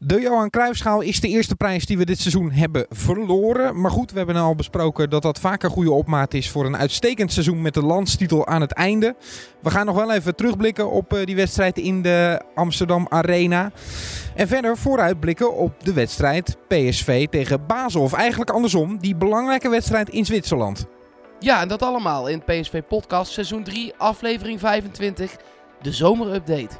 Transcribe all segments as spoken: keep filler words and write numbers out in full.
De Johan Cruijffschaal is de eerste prijs die we dit seizoen hebben verloren. Maar goed, we hebben al besproken dat dat vaak een goede opmaat is voor een uitstekend seizoen met de landstitel aan het einde. We gaan nog wel even terugblikken op die wedstrijd in de Amsterdam Arena. En verder vooruitblikken op de wedstrijd P S V tegen Basel. Of eigenlijk andersom, die belangrijke wedstrijd in Zwitserland. Ja, en dat allemaal in P S V Podcast seizoen drie, aflevering vijfentwintig, de zomerupdate.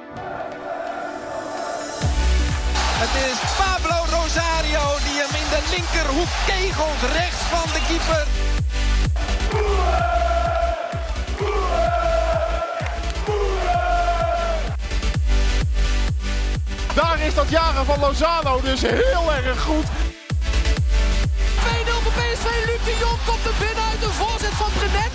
Het is Pablo Rosario die hem in de linkerhoek kegelt, rechts van de keeper. Daar is dat jagen van Lozano dus heel erg goed. twee nul voor P S V, Luc de Jong komt er binnen uit de voorzet van Brenet.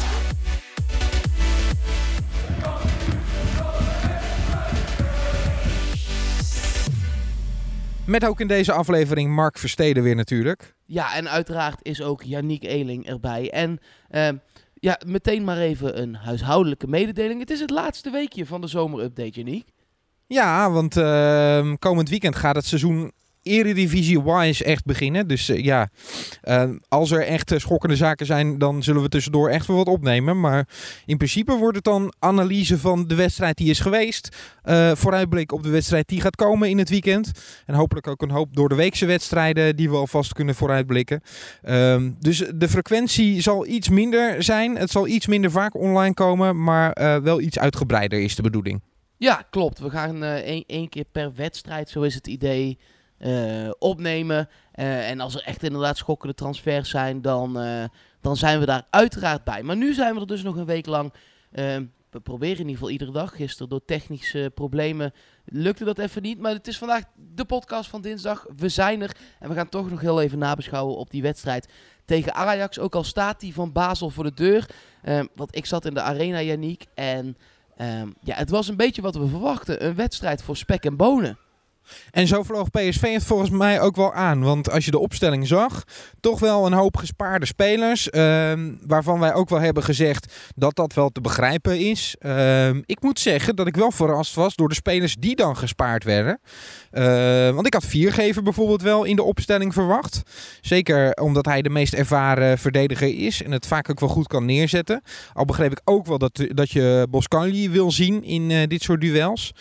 Met ook in deze aflevering Mark Versteden weer natuurlijk. Ja, en uiteraard is ook Yannick Eeling erbij. En uh, ja, meteen maar even een huishoudelijke mededeling. Het is het laatste weekje van de zomerupdate, Yannick. Ja, want uh, komend weekend gaat het seizoen Eredivisie-wise echt beginnen. Dus uh, ja, uh, als er echt uh, schokkende zaken zijn, dan zullen we tussendoor echt wel wat opnemen. Maar in principe wordt het dan analyse van de wedstrijd die is geweest. Uh, vooruitblik op de wedstrijd die gaat komen in het weekend. En hopelijk ook een hoop door de weekse wedstrijden die we alvast kunnen vooruitblikken. Uh, dus de frequentie zal iets minder zijn. Het zal iets minder vaak online komen, maar uh, wel iets uitgebreider is de bedoeling. Ja, klopt. We gaan uh, één, één keer per wedstrijd, zo is het idee, Uh, opnemen. Uh, en als er echt inderdaad schokkende transfers zijn, dan, uh, dan zijn we daar uiteraard bij. Maar nu zijn we er dus nog een week lang. Uh, we proberen in ieder geval iedere dag. Gisteren door technische problemen lukte dat even niet. Maar het is vandaag de podcast van dinsdag. We zijn er. En we gaan toch nog heel even nabeschouwen op die wedstrijd tegen Ajax. Ook al staat die van Basel voor de deur. Uh, want ik zat in de arena, Yannick. En uh, ja, het was een beetje wat we verwachten. Een wedstrijd voor spek en bonen. En zo vloog P S V het volgens mij ook wel aan. Want als je de opstelling zag, toch wel een hoop gespaarde spelers. Uh, waarvan wij ook wel hebben gezegd dat dat wel te begrijpen is. Uh, ik moet zeggen dat ik wel verrast was door de spelers die dan gespaard werden. Uh, want ik had Viergever bijvoorbeeld wel in de opstelling verwacht. Zeker omdat hij de meest ervaren verdediger is. En het vaak ook wel goed kan neerzetten. Al begreep ik ook wel dat, dat je Boscagli wil zien in uh, dit soort duels.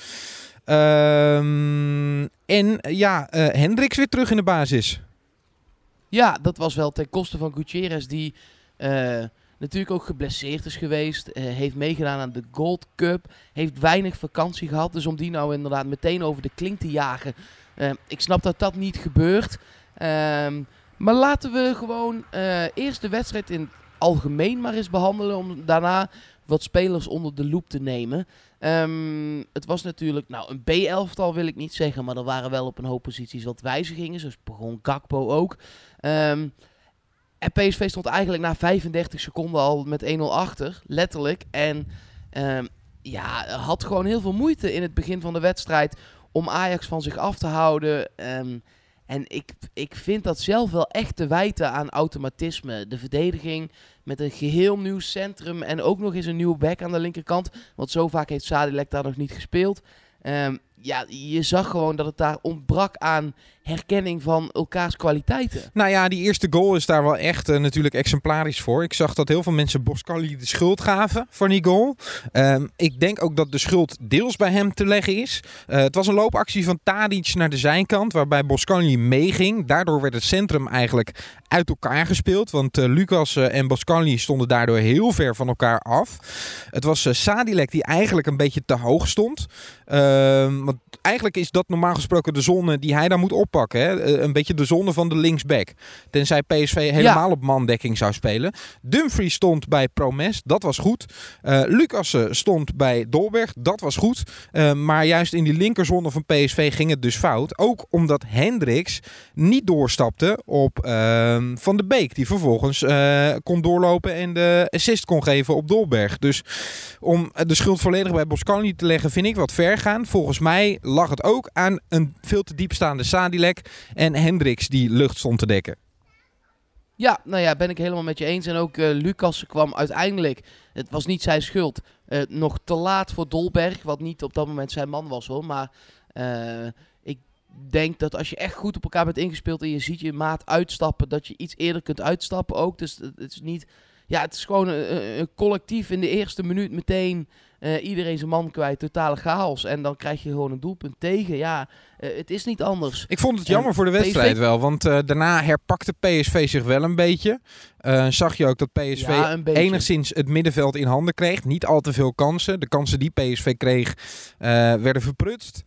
Um, en ja, uh, Hendricks weer terug in de basis. Ja, dat was wel ten koste van Gutierrez, die uh, natuurlijk ook geblesseerd is geweest. Uh, heeft meegedaan aan de Gold Cup. Heeft weinig vakantie gehad. Dus om die nou inderdaad meteen over de klink te jagen. Uh, ik snap dat dat niet gebeurt. Um, maar laten we gewoon uh, eerst de wedstrijd in het algemeen maar eens behandelen. Om daarna wat spelers onder de loep te nemen. Um, het was natuurlijk, nou een B-elftal wil ik niet zeggen, maar er waren wel op een hoop posities wat wijzigingen. Zo begon Gakpo ook. Um, en P S V stond eigenlijk na vijfendertig seconden al met één nul achter, letterlijk. En um, ja, had gewoon heel veel moeite in het begin van de wedstrijd om Ajax van zich af te houden. Um, en ik, ik vind dat zelf wel echt te wijten aan automatisme. De verdediging met een geheel nieuw centrum en ook nog eens een nieuwe back aan de linkerkant. Want zo vaak heeft Sadilek daar nog niet gespeeld. Um, ja, je zag gewoon dat het daar ontbrak aan herkenning van elkaars kwaliteiten. Nou ja, die eerste goal is daar wel echt uh, natuurlijk exemplarisch voor. Ik zag dat heel veel mensen Boscagli de schuld gaven voor die goal. Um, ik denk ook dat de schuld deels bij hem te leggen is. Uh, het was een loopactie van Tadic naar de zijkant, waarbij Boscagli meeging. Daardoor werd het centrum eigenlijk uit elkaar gespeeld. Want uh, Lucas uh, en Boscagli stonden daardoor heel ver van elkaar af. Het was uh, Sadilek die eigenlijk een beetje te hoog stond. Uh, want eigenlijk is dat normaal gesproken de zone die hij dan moet oppakken. Hè? Uh, een beetje de zone van de linksback. Tenzij P S V helemaal ja. op mandekking zou spelen. Dumfries stond bij Promes, dat was goed. Uh, Lucas stond bij Dolberg, dat was goed. Uh, maar juist in die linkerzone van P S V ging het dus fout. Ook omdat Hendricks niet doorstapte op uh, Van de Beek. Die vervolgens uh, kon doorlopen en de assist kon geven op Dolberg. Dus om de schuld volledig bij Boscagli te leggen vind ik wat ver gaan. Volgens mij lag het ook aan een veel te diepstaande Sadilek en Hendricks die lucht stond te dekken. Ja, nou ja, ben ik helemaal met je eens. En ook uh, Lucas kwam uiteindelijk, het was niet zijn schuld, uh, nog te laat voor Dolberg. Wat niet op dat moment zijn man was hoor. Maar uh, ik denk dat als je echt goed op elkaar bent ingespeeld en je ziet je maat uitstappen, dat je iets eerder kunt uitstappen ook. Dus het is niet... Ja, het is gewoon een, een collectief in de eerste minuut meteen uh, iedereen zijn man kwijt, totale chaos. En dan krijg je gewoon een doelpunt tegen. Ja, uh, het is niet anders. Ik vond het jammer en voor de wedstrijd P S V... wel, want uh, daarna herpakte P S V zich wel een beetje. Uh, zag je ook dat P S V ja, enigszins het middenveld in handen kreeg. Niet al te veel kansen. De kansen die P S V kreeg uh, werden verprutst.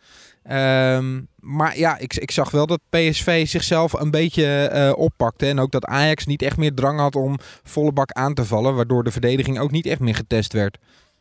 Um, maar ja, ik, ik zag wel dat P S V zichzelf een beetje uh, oppakte. En ook dat Ajax niet echt meer drang had om volle bak aan te vallen. Waardoor de verdediging ook niet echt meer getest werd.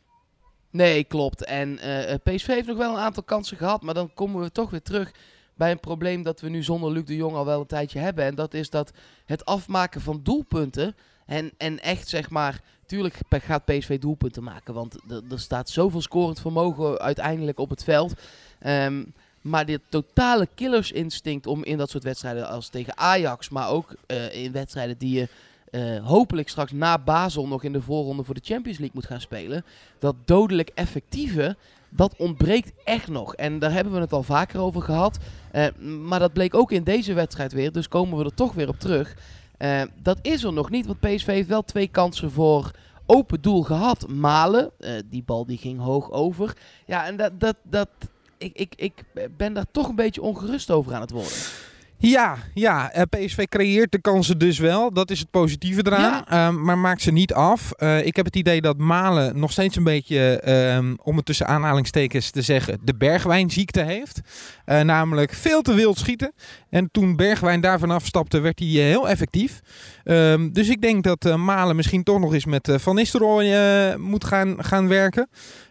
Nee, klopt. En uh, P S V heeft nog wel een aantal kansen gehad. Maar dan komen we toch weer terug bij een probleem dat we nu zonder Luc de Jong al wel een tijdje hebben. En dat is dat het afmaken van doelpunten. En, en echt zeg maar... Tuurlijk gaat P S V doelpunten maken. Want d- er staat zoveel scorend vermogen uiteindelijk op het veld. Um, maar dit totale killersinstinct om in dat soort wedstrijden als tegen Ajax, maar ook uh, in wedstrijden die je uh, hopelijk straks na Basel nog in de voorronde voor de Champions League moet gaan spelen. Dat dodelijk effectieve, dat ontbreekt echt nog. En daar hebben we het al vaker over gehad. Uh, maar dat bleek ook in deze wedstrijd weer. Dus komen we er toch weer op terug. Uh, dat is er nog niet, want P S V heeft wel twee kansen voor open doel gehad. Malen, uh, die bal die ging hoog over. Ja, en dat... dat, dat Ik, ik, ik ben daar toch een beetje ongerust over aan het worden. Ja, ja, P S V creëert de kansen dus wel. Dat is het positieve eraan. Ja. Um, maar maakt ze niet af. Uh, ik heb het idee dat Malen nog steeds een beetje, um, om het tussen aanhalingstekens te zeggen, de Bergwijnziekte heeft. Uh, namelijk veel te wild schieten. En toen Bergwijn daarvan afstapte, werd hij uh, heel effectief. Um, dus ik denk dat uh, Malen misschien toch nog eens met uh, Van Nistelrooy uh, moet gaan, gaan werken.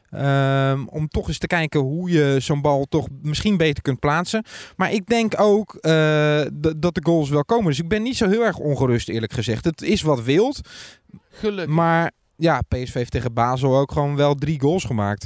Um, om toch eens te kijken hoe je zo'n bal toch misschien beter kunt plaatsen. Maar ik denk ook uh, d- dat de goals wel komen. Dus ik ben niet zo heel erg ongerust, eerlijk gezegd. Het is wat wild. Gelukkig. Maar ja, P S V heeft tegen Basel ook gewoon wel drie goals gemaakt.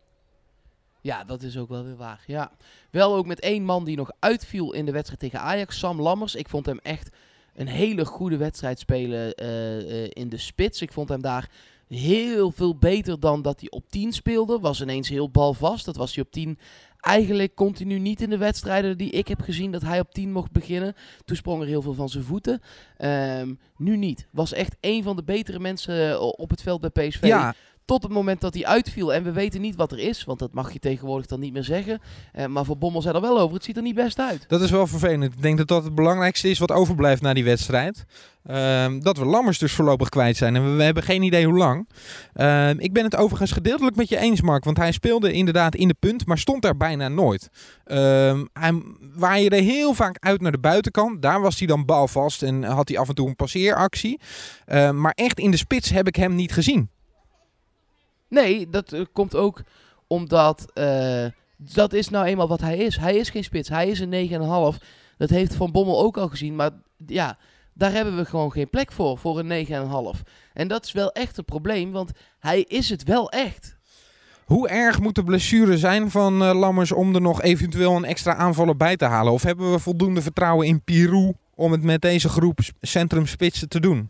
Ja, dat is ook wel weer waar. Ja. Wel ook met één man die nog uitviel in de wedstrijd tegen Ajax. Sam Lammers. Ik vond hem echt een hele goede wedstrijd spelen uh, uh, in de spits. Ik vond hem daar heel veel beter dan dat hij op tien speelde. Was ineens heel balvast. Dat was hij op tien eigenlijk continu niet in de wedstrijden die ik heb gezien dat hij op tien mocht beginnen. Toen sprong er heel veel van zijn voeten. Um, nu niet. Was echt een van de betere mensen op het veld bij P S V. Ja. Tot het moment dat hij uitviel. En we weten niet wat er is. Want dat mag je tegenwoordig dan niet meer zeggen. Uh, maar voor Bommel zei er wel over. Het ziet er niet best uit. Dat is wel vervelend. Ik denk dat dat het belangrijkste is wat overblijft na die wedstrijd. Uh, dat we Lammers dus voorlopig kwijt zijn. En we, we hebben geen idee hoe lang. Uh, ik ben het overigens gedeeltelijk met je eens, Mark. Want hij speelde inderdaad in de punt. Maar stond daar bijna nooit. Uh, hij waaide heel vaak uit naar de buitenkant. Daar was hij dan balvast. En had hij af en toe een passeeractie. Uh, maar echt in de spits heb ik hem niet gezien. Nee, dat uh, komt ook omdat uh, dat is nou eenmaal wat hij is. Hij is geen spits, hij is een negen komma vijf. Dat heeft Van Bommel ook al gezien, maar ja, daar hebben we gewoon geen plek voor, voor een negen komma vijf. En dat is wel echt een probleem, want hij is het wel echt. Hoe erg moet de blessure zijn van uh, Lammers om er nog eventueel een extra aanvaller bij te halen? Of hebben we voldoende vertrouwen in Pirou om het met deze groep centrumspitsen te doen?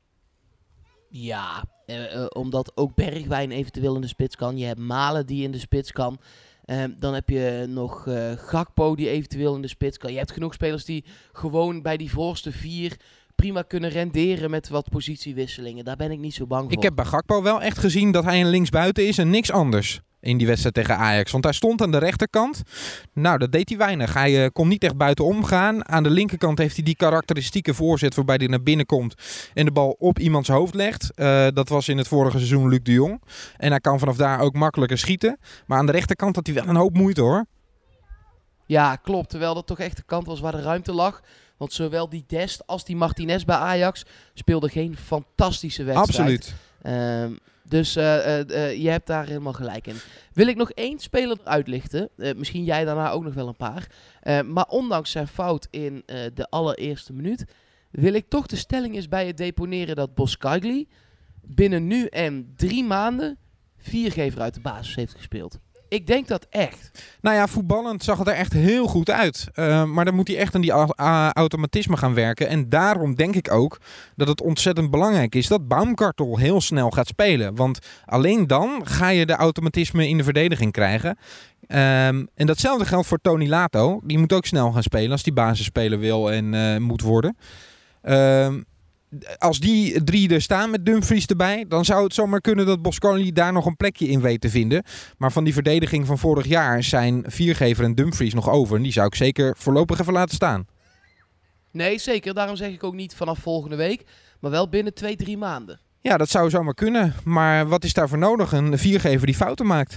Ja, uh, uh, omdat ook Bergwijn eventueel in de spits kan. Je hebt Malen die in de spits kan. Uh, dan heb je nog uh, Gakpo die eventueel in de spits kan. Je hebt genoeg spelers die gewoon bij die voorste vier prima kunnen renderen met wat positiewisselingen. Daar ben ik niet zo bang voor. Ik heb bij Gakpo wel echt gezien dat hij een linksbuiten is en niks anders in die wedstrijd tegen Ajax. Want hij stond aan de rechterkant. Nou, dat deed hij weinig. Hij uh, kon niet echt buitenom gaan. Aan de linkerkant heeft hij die karakteristieke voorzet waarbij hij naar binnen komt en de bal op iemands hoofd legt. Uh, dat was in het vorige seizoen Luc de Jong. En hij kan vanaf daar ook makkelijker schieten. Maar aan de rechterkant had hij wel een hoop moeite, hoor. Ja, klopt. Terwijl dat toch echt de kant was waar de ruimte lag. Want zowel die Dest als die Martinez bij Ajax speelden geen fantastische wedstrijd. Absoluut. Um, dus uh, uh, uh, je hebt daar helemaal gelijk in. Wil ik nog één speler uitlichten. Uh, misschien jij daarna ook nog wel een paar. Uh, maar ondanks zijn fout in uh, de allereerste minuut, wil ik toch de stelling eens bij het deponeren dat Boskagli binnen nu en drie maanden viergever uit de basis heeft gespeeld. Ik denk dat echt. Nou ja, voetballend zag het er echt heel goed uit. Uh, maar dan moet hij echt aan die a- a- automatisme gaan werken. En daarom denk ik ook dat het ontzettend belangrijk is dat Baumgartel heel snel gaat spelen. Want alleen dan ga je de automatisme in de verdediging krijgen. Um, en datzelfde geldt voor Tony Lato. Die moet ook snel gaan spelen als die basisspeler wil en uh, moet worden. Um, Als die drie er staan met Dumfries erbij, dan zou het zomaar kunnen dat Boskali daar nog een plekje in weet te vinden. Maar van die verdediging van vorig jaar zijn Viergever en Dumfries nog over. En die zou ik zeker voorlopig even laten staan. Nee, zeker. Daarom zeg ik ook niet vanaf volgende week, maar wel binnen twee, drie maanden. Ja, dat zou zomaar kunnen. Maar wat is daarvoor nodig? Een Viergever die fouten maakt.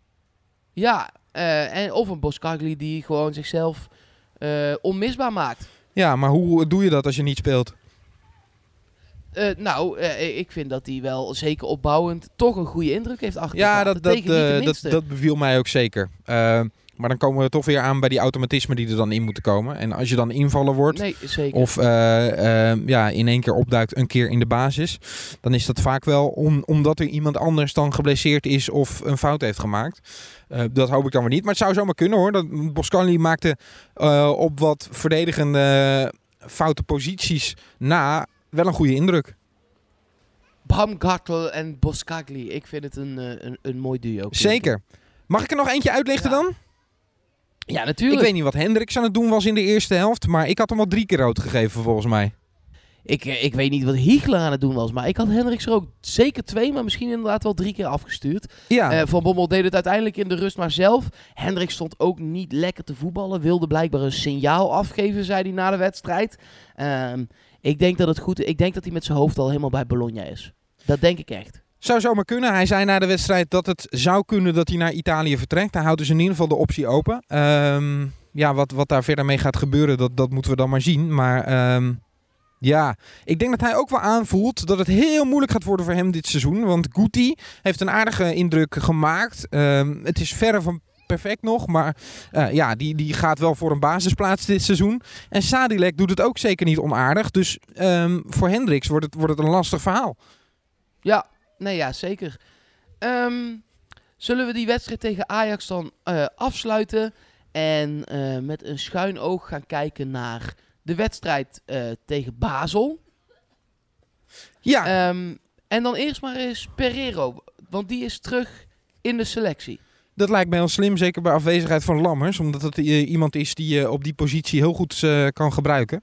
Ja, uh, en of een Boskagli die gewoon zichzelf uh, onmisbaar maakt. Ja, maar hoe doe je dat als je niet speelt? Uh, nou, uh, ik vind dat hij wel zeker opbouwend toch een goede indruk heeft achtergelaten. Ja, dat, dat, uh, dat, dat beviel mij ook zeker. Uh, maar dan komen we toch weer aan bij die automatismen die er dan in moeten komen. En als je dan invaller wordt nee, zeker. of uh, uh, ja, in één keer opduikt een keer in de basis, dan is dat vaak wel om, omdat er iemand anders dan geblesseerd is of een fout heeft gemaakt. Uh, dat hoop ik dan weer niet. Maar het zou zomaar kunnen hoor. Dat Boskali maakte uh, op wat verdedigende foute posities na wel een goede indruk. Baumgartel en Boskagli. Ik vind het een, een, een mooi duo. Zeker. Mag ik er nog eentje uitlichten ja. dan? Ja, natuurlijk. Ik weet niet wat Hendricks aan het doen was in de eerste helft, maar ik had hem al drie keer rood gegeven volgens mij. Ik, ik weet niet wat Hiegler aan het doen was, maar ik had Hendricks er ook zeker twee, maar misschien inderdaad wel drie keer afgestuurd. Ja. Uh, Van Bommel deed het uiteindelijk in de rust maar zelf. Hendricks stond ook niet lekker te voetballen, wilde blijkbaar een signaal afgeven, zei hij na de wedstrijd. Uh, ik denk dat het goed is. Ik denk dat hij met zijn hoofd al helemaal bij Bologna is. Dat denk ik echt. Zou zomaar kunnen. Hij zei na de wedstrijd dat het zou kunnen dat hij naar Italië vertrekt. Hij houdt dus in ieder geval de optie open. Um, ja, wat, wat daar verder mee gaat gebeuren, dat, dat moeten we dan maar zien. Maar um, ja, ik denk dat hij ook wel aanvoelt dat het heel moeilijk gaat worden voor hem dit seizoen. Want Guti heeft een aardige indruk gemaakt. Um, het is verre van perfect nog, maar uh, ja, die, die gaat wel voor een basisplaats dit seizoen. En Sadilek doet het ook zeker niet onaardig. Dus um, voor Hendricks wordt het, wordt het een lastig verhaal. Ja, nee ja, zeker. Um, zullen we die wedstrijd tegen Ajax dan uh, afsluiten en uh, met een schuin oog gaan kijken naar de wedstrijd uh, tegen Basel? Ja. Um, en dan eerst maar eens Pereiro, want die is terug in de selectie. Dat lijkt mij heel slim, zeker bij afwezigheid van Lammers. Omdat het uh, iemand is die je uh, op die positie heel goed uh, kan gebruiken.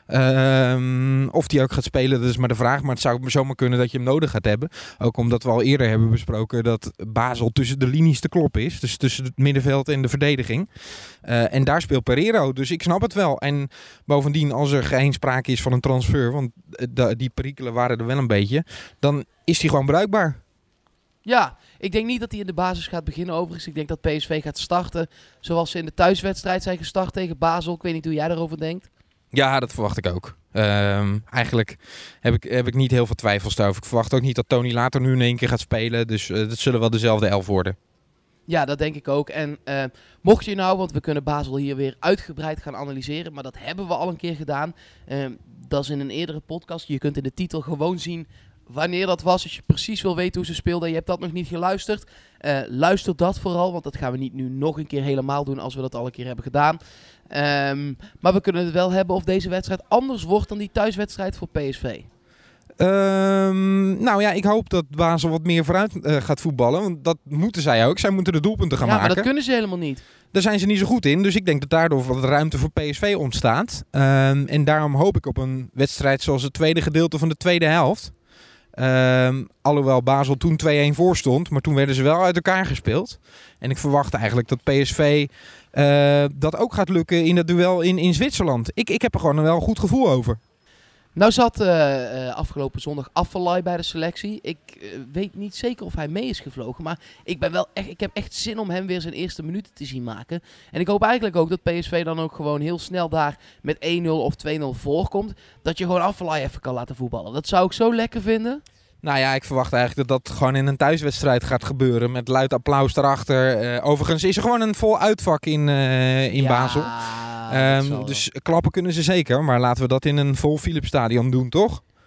Uh, of die ook gaat spelen, dat is maar de vraag. Maar het zou zomaar kunnen dat je hem nodig gaat hebben. Ook omdat we al eerder hebben besproken dat Basel tussen de linies te kloppen is. Dus tussen het middenveld en de verdediging. Uh, en daar speelt Pereiro, dus ik snap het wel. En bovendien, als er geen sprake is van een transfer, want uh, die perikelen waren er wel een beetje, dan is hij gewoon bruikbaar. Ja, ik denk niet dat hij in de basis gaat beginnen overigens. Ik denk dat P S V gaat starten zoals ze in de thuiswedstrijd zijn gestart tegen Basel. Ik weet niet hoe jij daarover denkt. Ja, dat verwacht ik ook. Um, eigenlijk heb ik, heb ik niet heel veel twijfels daarover. Ik verwacht ook niet dat Tony later nu in één keer gaat spelen. Dus uh, dat zullen wel dezelfde elf worden. Ja, dat denk ik ook. En uh, mocht je nou, want we kunnen Basel hier weer uitgebreid gaan analyseren. Maar dat hebben we al een keer gedaan. Uh, dat is in een eerdere podcast. Je kunt in de titel gewoon zien wanneer dat was, als je precies wil weten hoe ze speelden en je hebt dat nog niet geluisterd, uh, luister dat vooral, want dat gaan we niet nu nog een keer helemaal doen als we dat al een keer hebben gedaan. Um, maar we kunnen het wel hebben of deze wedstrijd anders wordt dan die thuiswedstrijd voor P S V. Um, nou ja, ik hoop dat Basel wat meer vooruit uh, gaat voetballen, want dat moeten zij ook. Zij moeten de doelpunten gaan ja, maken. Maar dat kunnen ze helemaal niet. Daar zijn ze niet zo goed in, dus ik denk dat daardoor wat ruimte voor P S V ontstaat. Um, en daarom hoop ik op een wedstrijd zoals het tweede gedeelte van de tweede helft. Um, alhoewel Basel toen twee-een voor stond, maar toen werden ze wel uit elkaar gespeeld. En ik verwacht eigenlijk dat P S V uh, dat ook gaat lukken in dat duel in, in Zwitserland. Ik, ik heb er gewoon wel een goed gevoel over. Nou zat uh, uh, afgelopen zondag Afellay bij de selectie. Ik uh, weet niet zeker of hij mee is gevlogen. Maar ik, ben wel echt, ik heb echt zin om hem weer zijn eerste minuten te zien maken. En ik hoop eigenlijk ook dat P S V dan ook gewoon heel snel daar met één nul of twee nul voorkomt. Dat je gewoon Afellay even kan laten voetballen. Dat zou ik zo lekker vinden. Nou ja, ik verwacht eigenlijk dat dat gewoon in een thuiswedstrijd gaat gebeuren. Met luid applaus erachter. Uh, overigens is er gewoon een vol uitvak in, uh, in ja, Basel. Um, dus klappen kunnen ze zeker. Maar laten we dat in een vol Philips stadion doen, toch?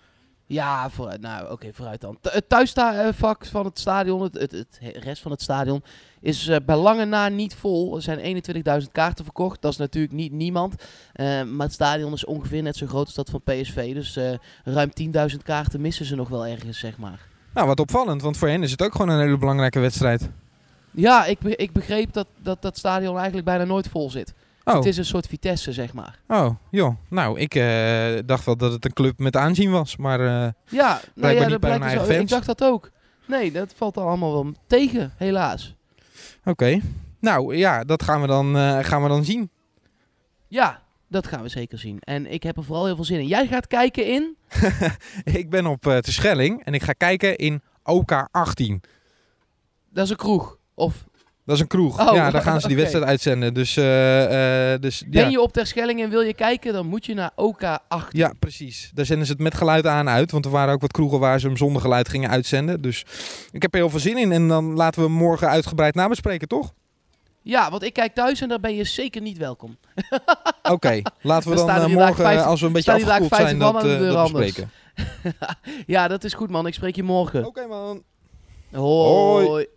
Ja, vooruit. Nou, oké, okay, vooruit dan. T- het thuisvak van het stadion, het, het, het rest van het stadion, is uh, bij lange na niet vol. Er zijn eenentwintigduizend kaarten verkocht. Dat is natuurlijk niet niemand. Uh, maar het stadion is ongeveer net zo groot als dat van P S V. Dus uh, ruim tienduizend kaarten missen ze nog wel ergens, zeg maar. Nou, wat opvallend, want voor hen is het ook gewoon een hele belangrijke wedstrijd. Ja, ik, be- ik begreep dat, dat dat stadion eigenlijk bijna nooit vol zit. Oh. Het is een soort Vitesse, zeg maar. Oh, joh. Nou, ik uh, dacht wel dat het een club met aanzien was, maar uh, ja, nou ja, niet bij hun dus eigen ook. fans. Ik dacht dat ook. Nee, dat valt dan allemaal wel tegen, helaas. Oké. Okay. Nou ja, dat gaan we dan, uh, gaan we dan zien. Ja, dat gaan we zeker zien. En ik heb er vooral heel veel zin in. Jij gaat kijken in? Ik ben op uh, Terschelling en ik ga kijken in O K achttien. Dat is een kroeg? Of... Dat is een kroeg. Oh, ja, daar gaan ze die okay. wedstrijd uitzenden. Dus, uh, uh, dus, ben ja. je op Terschelling en wil je kijken, dan moet je naar O K achttien. Ja, precies. Daar zenden ze het met geluid aan uit. Want er waren ook wat kroegen waar ze hem zonder geluid gingen uitzenden. Dus ik heb er heel veel zin in. En dan laten we hem morgen uitgebreid nabespreken, toch? Ja, want ik kijk thuis en daar ben je zeker niet welkom. Oké, okay, laten we dan dan uh, morgen, vijftig, als we een beetje afgekoeld zijn, dat, uh, dat bespreken. Ja, dat is goed man. Ik spreek je morgen. Oké okay, man. Hoi. Hoi.